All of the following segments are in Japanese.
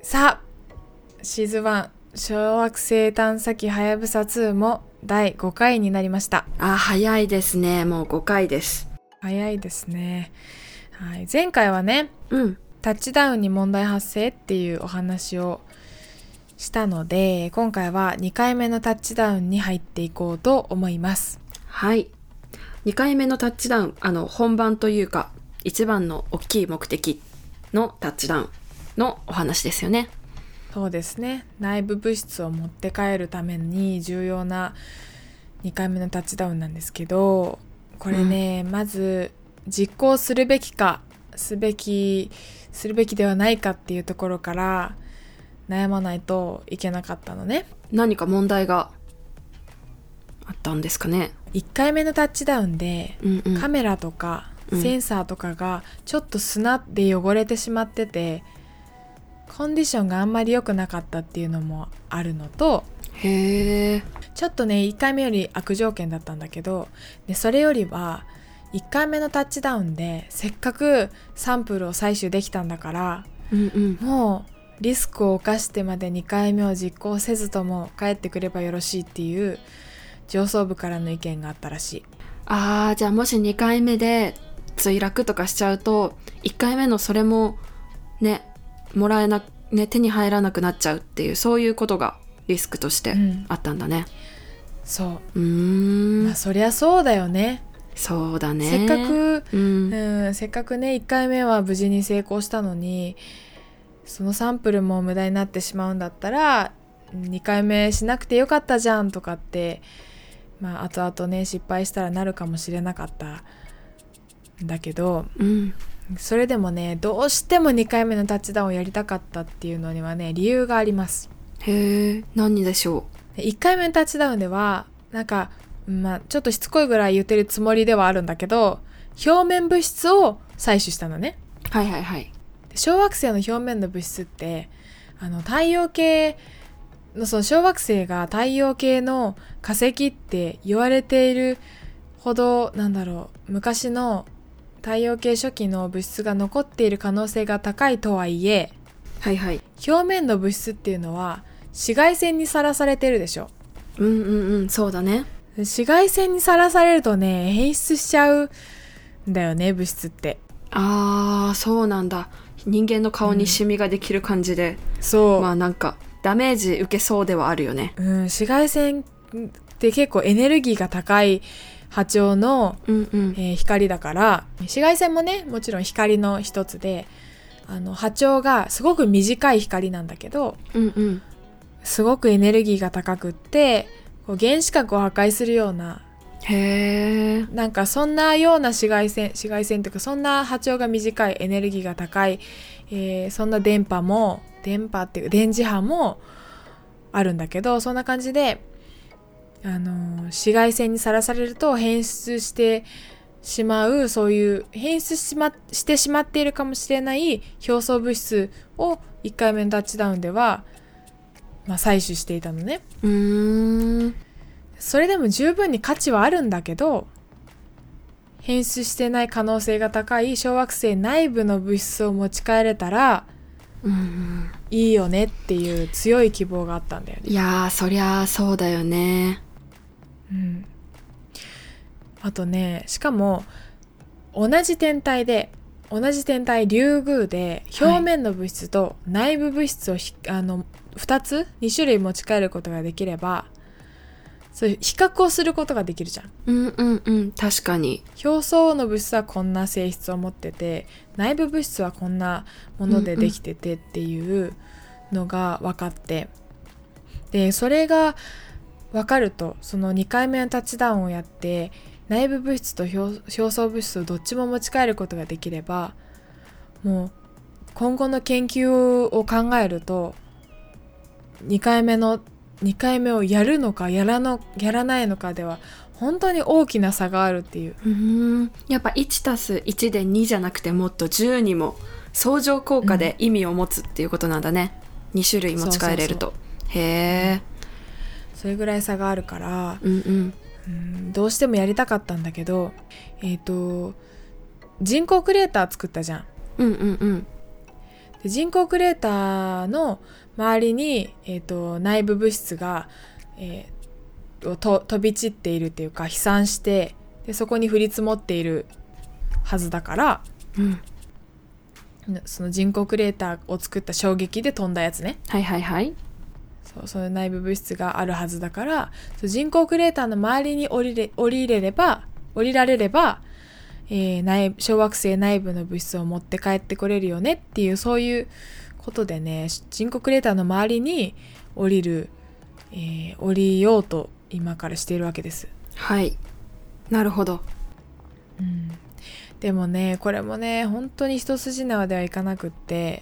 さあシーズン1小惑星探査機はやぶさ2も第5回になりました。 早いですね。もう5回です。 早いですね。はい、前回はね、タッチダウンに問題発生っていうお話をしたので、今回は2回目のタッチダウンに入っていこうと思います。 はい。2回目のタッチダウン、本番というか一番の大きい目的のタッチダウンのお話ですよね。 そうですね。内部物質を持って帰るために重要な2回目のタッチダウンなんですけど、これね、まず実行するべきかすべきではないかっていうところから悩まないといけなかったのね。 何か問題があったんですかね。 1回目のタッチダウンで、カメラとかセンサーとかがちょっと砂で汚れてしまってて、コンディションがあんまり良くなかったっていうのもあるのと、 へー。 ちょっとね1回目より悪条件だったんだけど、でそれよりは1回目のタッチダウンでせっかくサンプルを採取できたんだから、もうリスクを冒してまで2回目を実行せずとも帰ってくればよろしいっていう上層部からの意見があったらしい。 じゃあもし2回目で墜落とかしちゃうと1回目のそれもねもらえなね手に入らなくなっちゃうっていう、そういうことがリスクとしてあったんだね。 そう。まあそりゃそうだよね。 そうだね。 せっかく、せっかくね1回目は無事に成功したのに、そのサンプルも無駄になってしまうんだったら2回目しなくてよかったじゃんとかって、まあ後々ね失敗したらなるかもしれなかったんだけど、それでもねどうしても2回目のタッチダウンをやりたかったっていうのにはね理由があります。 へえ、何でしょう。1回目のタッチダウンではなんかちょっとしつこいぐらい言ってるつもりではあるんだけど、表面物質を採取したのね。小惑星の表面の物質って太陽系の、その小惑星が太陽系の化石って言われているほど、昔の太陽系初期の物質が残っている可能性が高いとはいえ、表面の物質っていうのは紫外線にさらされてるでしょ。 そうだね。 紫外線にさらされるとね変質しちゃうんだよね、物質って。 そうなんだ。人間の顔にシミができる感じで、 そう、 なんかダメージ受けそうではあるよね。 紫外線って結構エネルギーが高い波長の、光だから、紫外線もねもちろん光の一つで、波長がすごく短い光なんだけど、すごくエネルギーが高くってこう原子核を破壊するような、なんかそんなような紫外線というか、そんな波長が短いエネルギーが高い、そんな電波っていうか電磁波もあるんだけど、そんな感じで紫外線にさらされると変質してしまう、そういう変質してしまっているかもしれない表層物質を1回目のタッチダウンでは、採取していたのね。それでも十分に価値はあるんだけど、変質してない可能性が高い小惑星内部の物質を持ち帰れたらいいよねっていう強い希望があったんだよね。 いやー、そりゃそうだよね。 あとね、しかも同じ天体リュウグウで表面の物質と内部物質を2種類持ち帰ることができれば、そういう比較をすることができるじゃん。 確かに。 表層の物質はこんな性質を持ってて、内部物質はこんなものでできててっていうのが分かって、でそれが分かると、その2回目のタッチダウンをやって内部物質と表層物質をどっちも持ち帰ることができれば、もう今後の研究を考えると2回目をやるのかやらないのかでは本当に大きな差があるっていう。 やっぱ 1+1 で2じゃなくてもっと10にも相乗効果で意味を持つっていうことなんだね。2種類持ち帰れると。へー。 それぐらい差があるから、どうしてもやりたかったんだけど、人工クレーター作ったじゃん。 で人工クレーターの周りに、内部物質が、飛び散っているっていうか飛散して、でそこに降り積もっているはずだから、その人工クレーターを作った衝撃で飛んだやつね。 はいはいはい。 そういう内部物質があるはずだから、人工クレーターの周りに降りられれば、小惑星内部の物質を持って帰ってこれるよねっていう、そういうことでね、人工クレーターの周りに降りようと今からしているわけです。 はい、なるほど。 でもね、これもね本当に一筋縄ではいかなくって、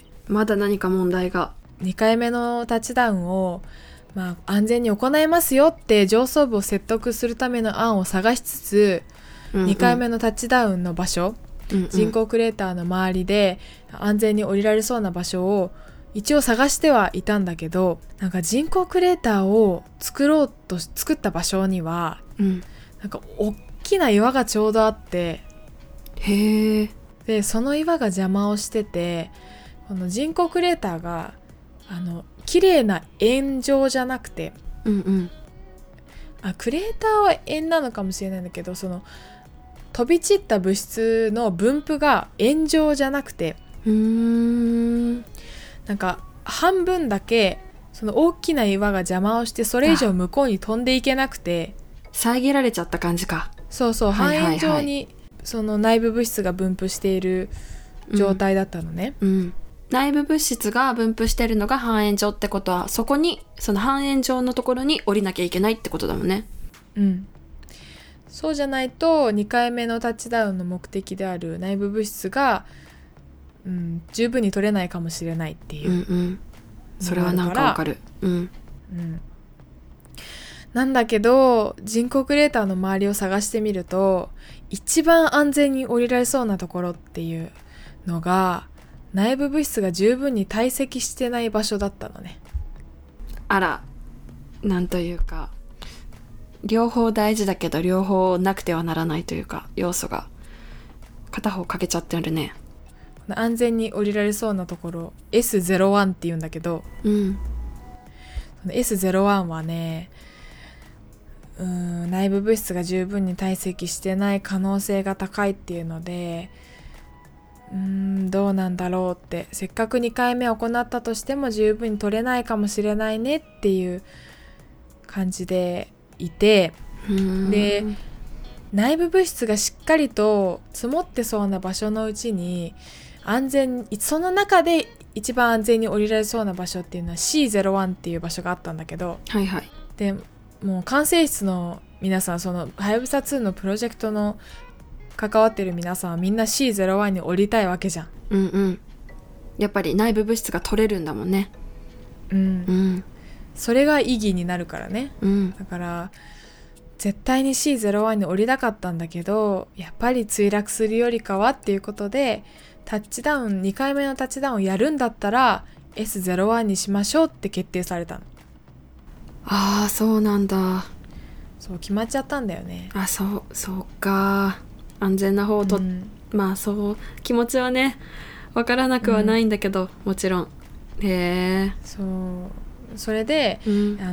まだ何か問題が。 2回目のタッチダウンを、安全に行えますよって上層部を説得するための案を探しつつ、2回目のタッチダウンの場所、人工クレーターの周りで安全に降りられそうな場所を一応探してはいたんだけど、なんか人工クレーターを作った場所には、なんか大きな岩がちょうどあって、 へえ。 でその岩が邪魔をしてて、この人工クレーターが綺麗な円状じゃなくて、クレーターは円なのかもしれないんだけど、その飛び散った物質の分布が円状じゃなくて、なんか半分だけその大きな岩が邪魔をして、それ以上向こうに飛んでいけなくて遮られちゃった感じか。 そう、半円状にその内部物質が分布している状態だったのね。 内部物質が分布してるのが半円状ってことは、そこにその半円状のところに降りなきゃいけないってことだもんね。 そうじゃないと2回目のタッチダウンの目的である内部物質が、十分に取れないかもしれないっていう、 それはなんかわかる。 なんだけど人工クレーターの周りを探してみると、一番安全に降りられそうなところっていうのが内部物質が十分に堆積してない場所だったのね。 あら、なんというか両方大事だけど両方なくてはならないというか、要素が片方欠けちゃってるね。 安全に降りられそうなところ S01 っていうんだけど、その S01 はね、内部物質が十分に堆積してない可能性が高いっていうので、どうなんだろうって、せっかく2回目行ったとしても十分に取れないかもしれないねっていう感じでいて、で内部物質がしっかりと積もってそうな場所のうちにその中で一番安全に降りられそうな場所っていうのは C01 っていう場所があったんだけど、でもう管制室の皆さん、そのはやぶさ2のプロジェクトの関わってる皆さんはみんな C01 に降りたいわけじゃん。 やっぱり内部物質が取れるんだもんね。 それが意義になるからね。だから絶対に C01 に降りたかったんだけど、やっぱり墜落するよりかはっていうことで、2回目のタッチダウンをやるんだったら S01 にしましょうって決定されたの。 ああ、そうなんだ。 そう決まっちゃったんだよね。 そうか。安全な方と、そう気持ちはねわからなくはないんだけど、もちろん。 それで、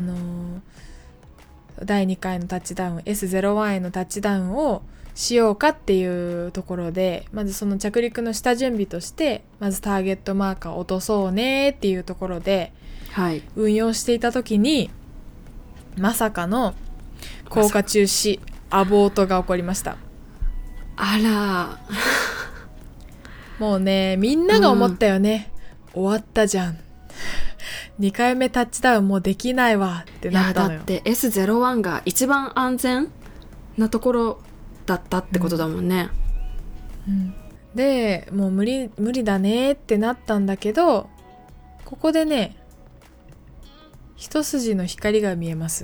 第2回のタッチダウン S01 へのタッチダウンをしようかっていうところで、まずその着陸の下準備として、まずターゲットマーカーを落とそうねっていうところで、運用していた時にまさかの降下中止アボートが起こりました。 あらもうね、みんなが思ったよね、終わったじゃん2回目タッチダウンもうできないわってなったのよ。 だって S01 が一番安全なところだったってことだもんね。 でもう無理だねってなったんだけど、ここでね一筋の光が見えます。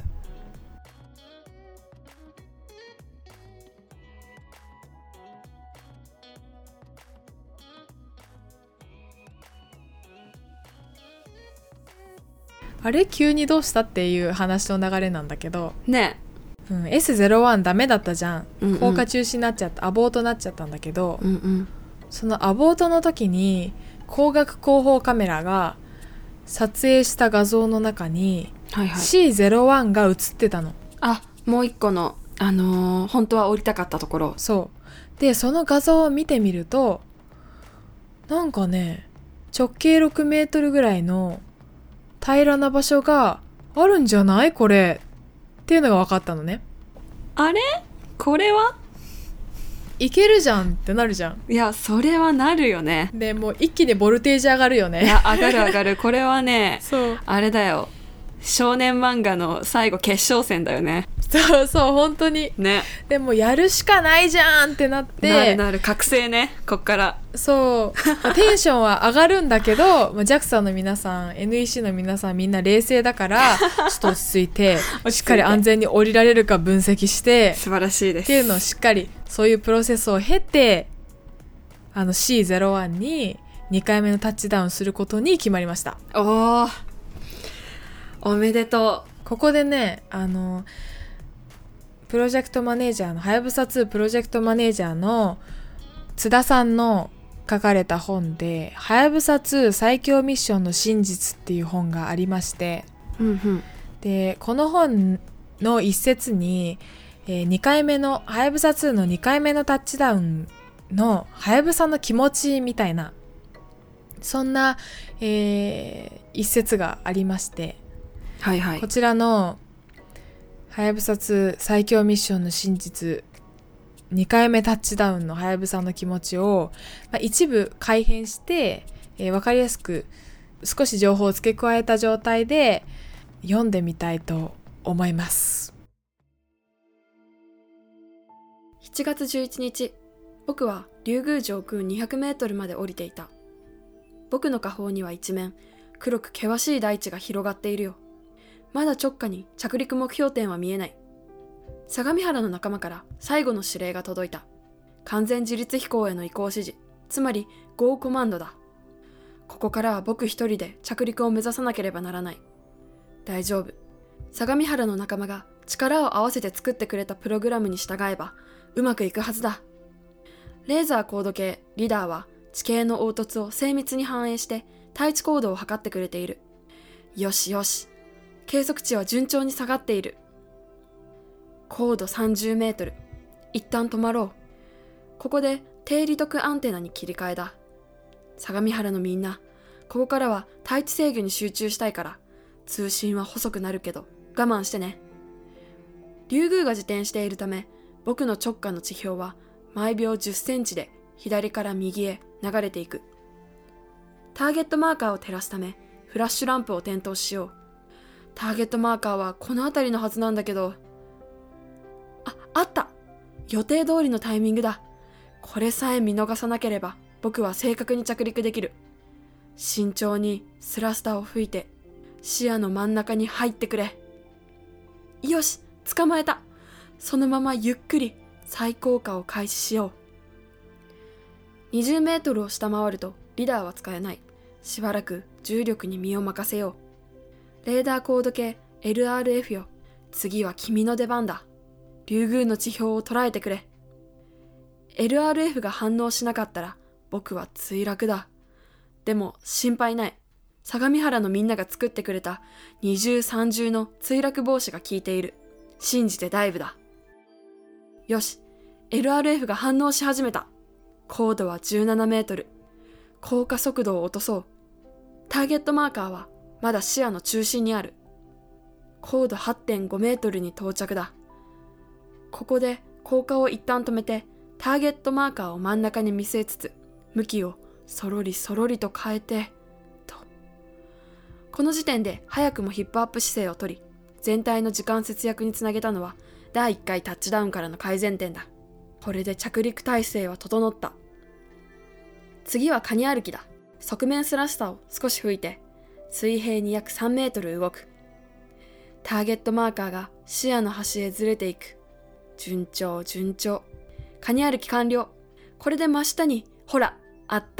あれ急にどうしたっていう話の流れなんだけどね、 S01 ダメだったじゃん、降下中止になっちゃった、アボートになっちゃったんだけど、そのアボートの時に光学広報カメラが撮影した画像の中に、はいはい、C01 が映ってたの。 もう一個の本当は降りたかったところ。 そうで、その画像を見てみると、なんかね、直径6メートルぐらいの平らな場所があるんじゃないこれっていうのが分かったのね。 あれこれはいけるじゃんってなるじゃん。 いや、それはなるよね。 でもう一気にボルテージ上がるよね。 いや、上がる上がる。これはねそう、 あれだよ、少年漫画の最後決勝戦だよね。 そうそう、本当にね。 でもやるしかないじゃんってなって、 なる覚醒ね、こっから。 そうテンションは上がるんだけどJAXA の皆さん NEC の皆さんみんな冷静だからちょっと落ち着いてしっかり安全に降りられるか分析して、 素晴らしいです。 っていうのをしっかりそういうプロセスを経てC01 に2回目のタッチダウンすることに決まりました。 おめでとう。ここでね、プロジェクトマネージャーのはやぶさ2プロジェクトマネージャーの津田さんの書かれた本で、はやぶさ2最強ミッションの真実っていう本がありまして、でこの本の一節に、2回目のはやぶさ2の2回目のタッチダウンのはやぶさの気持ちみたいな、そんな、一節がありまして、 はいはい、 こちらのはやぶさ2最強ミッションの真実2回目タッチダウンのはやぶさの気持ちを、一部改変して、分かりやすく少し情報を付け加えた状態で読んでみたいと思います。 7月11日、僕は竜宮上空200メートルまで降りていた。僕の下方には一面黒く険しい大地が広がっているよ。まだ直下に着陸目標点は見えない。相模原の仲間から最後の指令が届いた。完全自律飛行への移行指示、つまり GO コマンドだ。ここからは僕一人で着陸を目指さなければならない。大丈夫。相模原の仲間が力を合わせて作ってくれたプログラムに従えばうまくいくはずだ。レーザー高度計リダーは地形の凹凸を精密に反映して対地高度を測ってくれている。よしよし。計測値は順調に下がっている。高度30メートル。一旦止まろう。ここで低利得アンテナに切り替えだ。相模原のみんな、ここからは対地制御に集中したいから、通信は細くなるけど我慢してね。竜宮が自転しているため、僕の直下の地表は毎秒10センチで左から右へ流れていく。ターゲットマーカーを照らすため、フラッシュランプを点灯しよう。ターゲットマーカーはこの辺りのはずなんだけど、あった。予定通りのタイミングだ。これさえ見逃さなければ僕は正確に着陸できる。慎重にスラスターを吹いて視野の真ん中に入ってくれ。よし、捕まえた。そのままゆっくり再降下を開始しよう。20メートルを下回るとリダーは使えない。しばらく重力に身を任せよう。レーダー高度計 LRF よ。次は君の出番だ。竜宮の地表を捉えてくれ。LRF が反応しなかったら僕は墜落だ。でも心配ない。相模原のみんなが作ってくれた二重三重の墜落防止が効いている。信じてダイブだ。よし、LRF が反応し始めた。高度は17メートル。降下速度を落とそう。ターゲットマーカーはまだ視野の中心にある。高度 8.5 メートルに到着だ。ここで降下を一旦止めて、ターゲットマーカーを真ん中に見据えつつ、向きをそろりそろりと変えて、と。この時点で早くもヒップアップ姿勢をとり、全体の時間節約につなげたのは、第1回タッチダウンからの改善点だ。これで着陸体制は整った。次はカニ歩きだ。側面スラスターを少し吹いて、水平に約3メートル動く。ターゲットマーカーが視野の端へずれていく。順調順調。カニ歩き完了。これで真下に、ほら、あった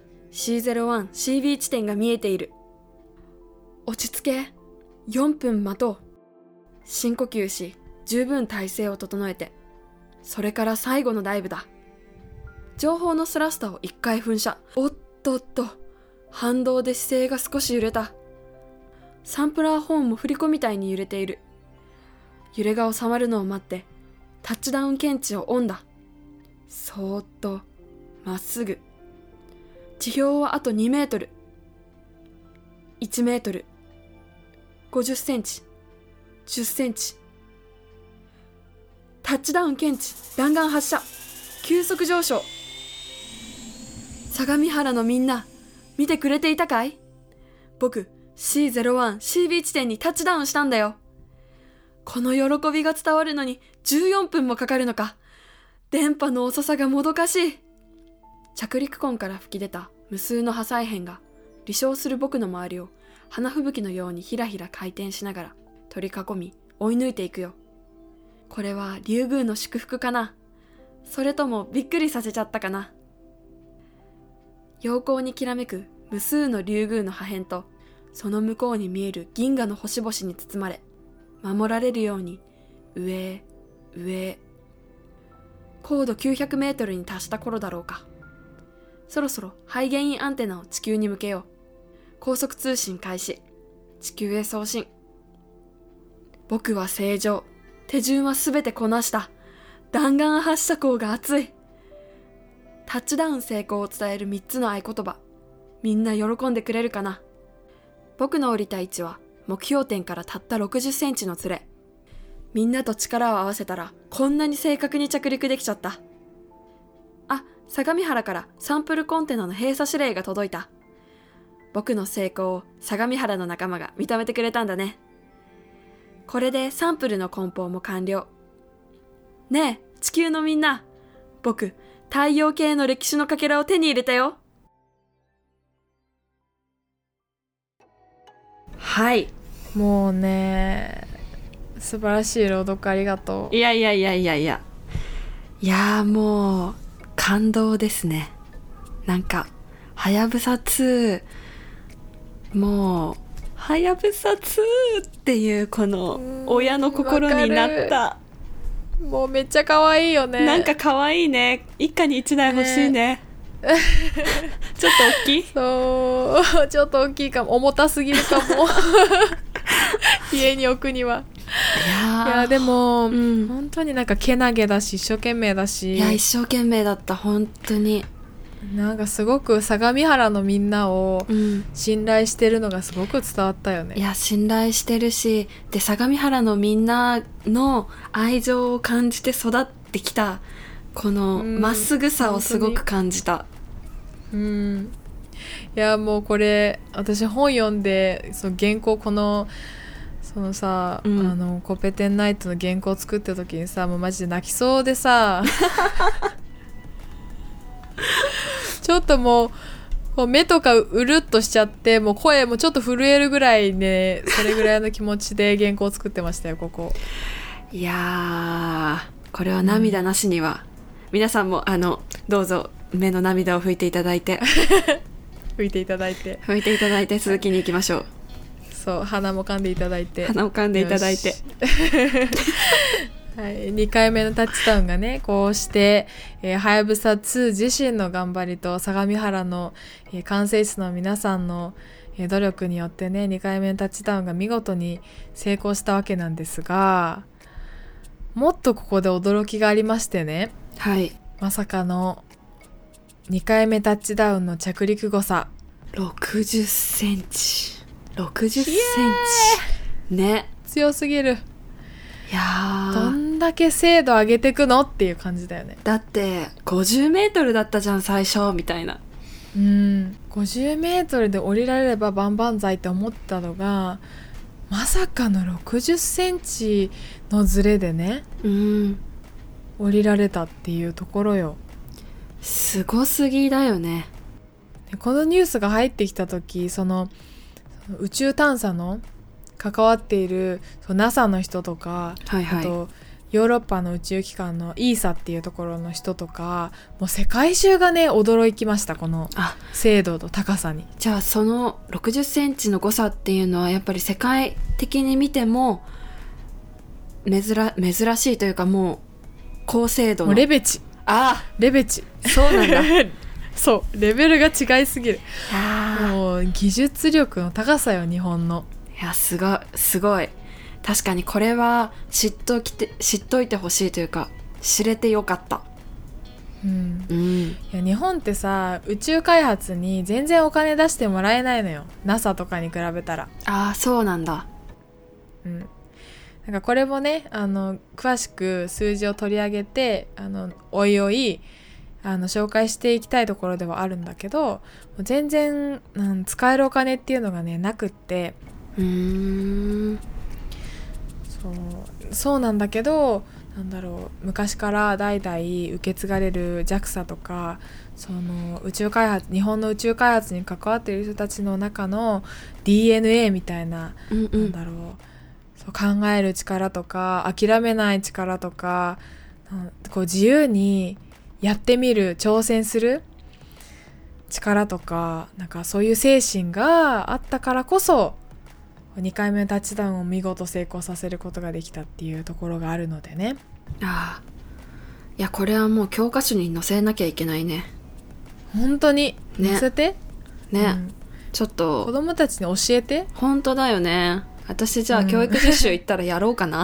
。C01 CB 地点が見えている。落ち着け。4分待とう。深呼吸し、十分体勢を整えて。それから最後のダイブだ。情報のスラスターを1回噴射。おっとっと。 反動で姿勢が少し揺れた。サンプラーホーンも振り子みたいに揺れている。揺れが収まるのを待ってタッチダウン検知をオンだ。そーっとまっすぐ。地表はあと2メートル、1メートル、50センチ、10センチ。タッチダウン検知、弾丸発射、急速上昇。相模原のみんな、見てくれていたかい？僕、C01CB 地点にタッチダウンしたんだよ。この喜びが伝わるのに14分もかかるのか。電波の遅さがもどかしい。着陸痕から吹き出た無数の破砕片が離焼する僕の周りを花吹雪のようにひらひら回転しながら取り囲み追い抜いていくよ。これはリュウグウの祝福かな、それともびっくりさせちゃったかな。陽光にきらめく無数のリュウグウの破片とその向こうに見える銀河の星々に包まれ、守られるように上へ上へ。高度900メートルに達した頃だろうか。そろそろハイゲインアンテナを地球に向けよう。高速通信開始。地球へ送信。僕は正常。手順はすべてこなした。弾丸発射口が熱い。タッチダウン成功を伝える3つの合言葉。みんな喜んでくれるかな。僕の降りた位置は目標点からたった60センチのズレ。みんなと力を合わせたらこんなに正確に着陸できちゃった。あ、相模原からサンプルコンテナの閉鎖指令が届いた。僕の成功を相模原の仲間が認めてくれたんだね。これでサンプルの梱包も完了。ねえ、地球のみんな。僕、太陽系の歴史のかけらを手に入れたよ。はい。 もうね、素晴らしい朗読ありがとう。 いやもう感動ですね。なんかはやぶさ2、もうはやぶさ2っていうこの親の心になった。 もうめっちゃ可愛いよね。 なんか可愛いね。一家に一台欲しいね。ちょっと大きい？ そうちょっと大きいかも。重たすぎるかも。家に置くには。いやでも、本当になんかけなげだし一生懸命だし。 いや一生懸命だった。本当になんかすごく相模原のみんなを信頼してるのがすごく伝わったよね。 いや信頼してるし、で相模原のみんなの愛情を感じて育ってきたこのまっすぐさをすごく感じた。 いやもうこれ私本読んでその原稿そのさ、コペテンナイトの原稿を作った時にさもうマジで泣きそうでさちょっともう目とかうるっとしちゃってもう声もちょっと震えるぐらいね、それぐらいの気持ちで原稿を作ってましたよここ。 いやーこれは涙なしには、皆さんもどうぞ目の涙を拭いていただいて拭いていただいて続きに行きましょう。 そう鼻も噛んでいただいてはい、 2回目のタッチダウンがねこうしてはやぶさ2自身の頑張りと相模原の、管制室の皆さんの、努力によってね2回目のタッチダウンが見事に成功したわけなんですが、もっとここで驚きがありましてね、 はい、 まさかの2回目タッチダウンの着陸誤差 60センチね、 強すぎる。 いやどんだけ精度上げてくのっていう感じだよね。 だって50メートルだったじゃん最初みたいな。 50メートルで降りられれば万々歳って思ったのがまさかの60センチのズレでね、降りられたっていうところよ。 すごすぎだよね。 でこのニュースが入ってきた時その宇宙探査の関わっているNASA の人とか、あとヨーロッパの宇宙機関の ESA っていうところの人とかもう世界中がね驚きましたこの精度と高さに。 じゃあその60センチの誤差っていうのはやっぱり世界的に見ても珍しいというかもう高精度のもうレベチレベチそうなんだそうレベルが違いすぎる。もう技術力の高さよ日本の。 いやすごい。確かにこれは知っといてほしいというか知れてよかった。 いや日本ってさ宇宙開発に全然お金出してもらえないのよ NASA とかに比べたら。 ああそうなんだ。 なんかこれもね詳しく数字を取り上げておいおい紹介していきたいところではあるんだけど、もう全然、使えるお金っていうのがねなくって、そうなんだけど、なんだろう、昔から代々受け継がれる JAXA とかその宇宙開発、日本の宇宙開発に関わっている人たちの中の DNA みたいな、なんだろう、そう考える力とか諦めない力とか、こう自由にやってみる挑戦する力とか、なんかそういう精神があったからこそ2回目のタッチダウンを見事成功させることができたっていうところがあるのでね。 ああ、いやこれはもう教科書に載せなきゃいけないね。 本当に載せてね、ちょっと子供たちに教えて。 本当だよね。私じゃあ教育実習行ったらやろうかな。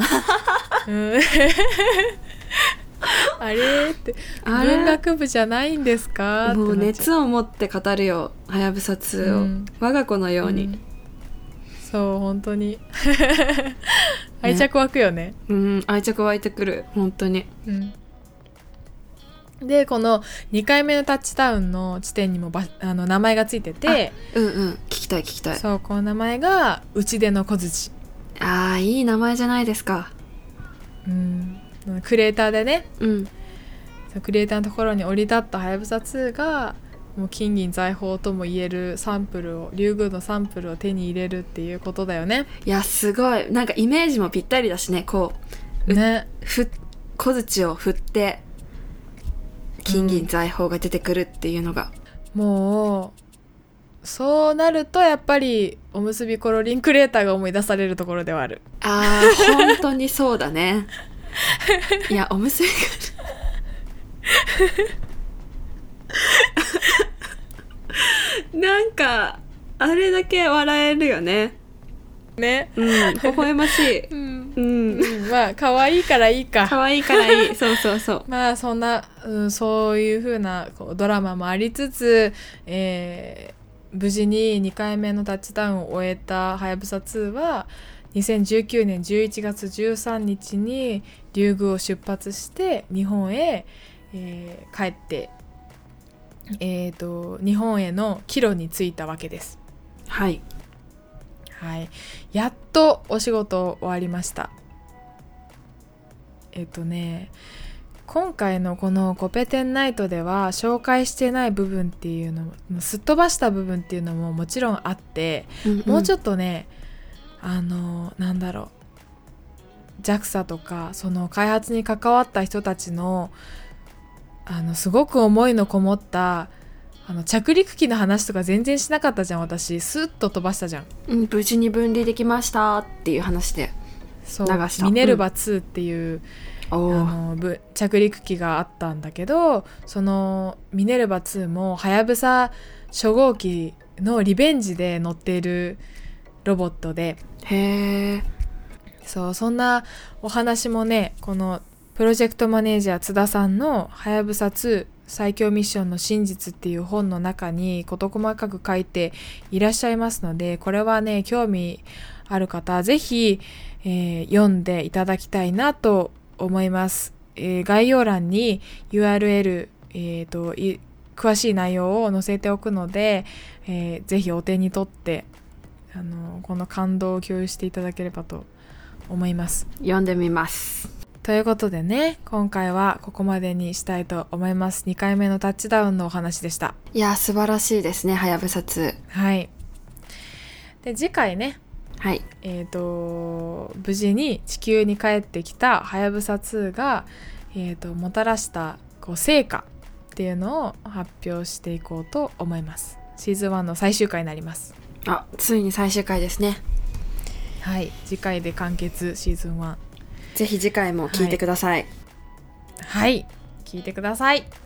あれって文学部じゃないんですか。 もう熱を持って語るよはやぶさ2を、我が子のように、 そう本当に愛着湧くよね。 愛着湧いてくる本当に、 でこの2回目のタッチダウンの地点にも名前がついてて、 聞きたいそうこの名前が内出の小槌。 あーいい名前じゃないですか。 クレーターでね、クレーターのところに降り立ったはやぶさ2がもう金銀財宝ともいえるサンプルを、リュウグウのサンプルを手に入れるっていうことだよね。 いやすごい、なんかイメージもぴったりだしね。こうね、小槌を振って金銀財宝が出てくるっていうのが、 もうそうなるとやっぱりおむすびコロリンクレーターが思い出されるところではある。 本当にそうだね。いやおむすびなんかあれだけ笑えるよね。 ね、 微笑ましい。 まあ可愛いからいいか。 可愛いからいい。そうそうそう。 まあそんな、そういう風なドラマもありつつ、無事に2回目のタッチダウンを終えたはやぶさ2は2019年11月13日にリュウグウを出発して日本へ、帰って、日本への帰路に着いたわけです。 はい、 やっとお仕事終わりました。今回のこのコペテンナイトでは紹介してない部分っていうのもすっ飛ばした部分っていうのももちろんあって、もうちょっとねなんだろう JAXA とかその開発に関わった人たちのすごく思いのこもった着陸機の話とか全然しなかったじゃん。私スッと飛ばしたじゃん、 無事に分離できましたっていう話で流した。 ミネルヴァ2っていう、着陸機があったんだけど、そのミネルヴァ2もはやぶさ初号機のリベンジで乗っているロボットで、そんなお話もね、このプロジェクトマネージャー津田さんのはやぶさ2最強ミッションの真実っていう本の中に事細かく書いていらっしゃいますので、これはね興味ある方ぜひ、読んでいただきたいなと思います。概要欄に URL、詳しい内容を載せておくので、ぜひお手に取ってこの感動を共有していただければと思います。 読んでみます。 ということでね、今回はここまでにしたいと思います。2回目のタッチダウンのお話でした。 いや素晴らしいですね、はやぶさ2。 はい。で次回ね、無事に地球に帰ってきたはやぶさ2が、もたらした成果っていうのを発表していこうと思います。シーズン1の最終回になります。 ついに最終回ですね。 はい、次回で完結シーズン1。 ぜひ次回も聞いてください。 はい、聞いてください。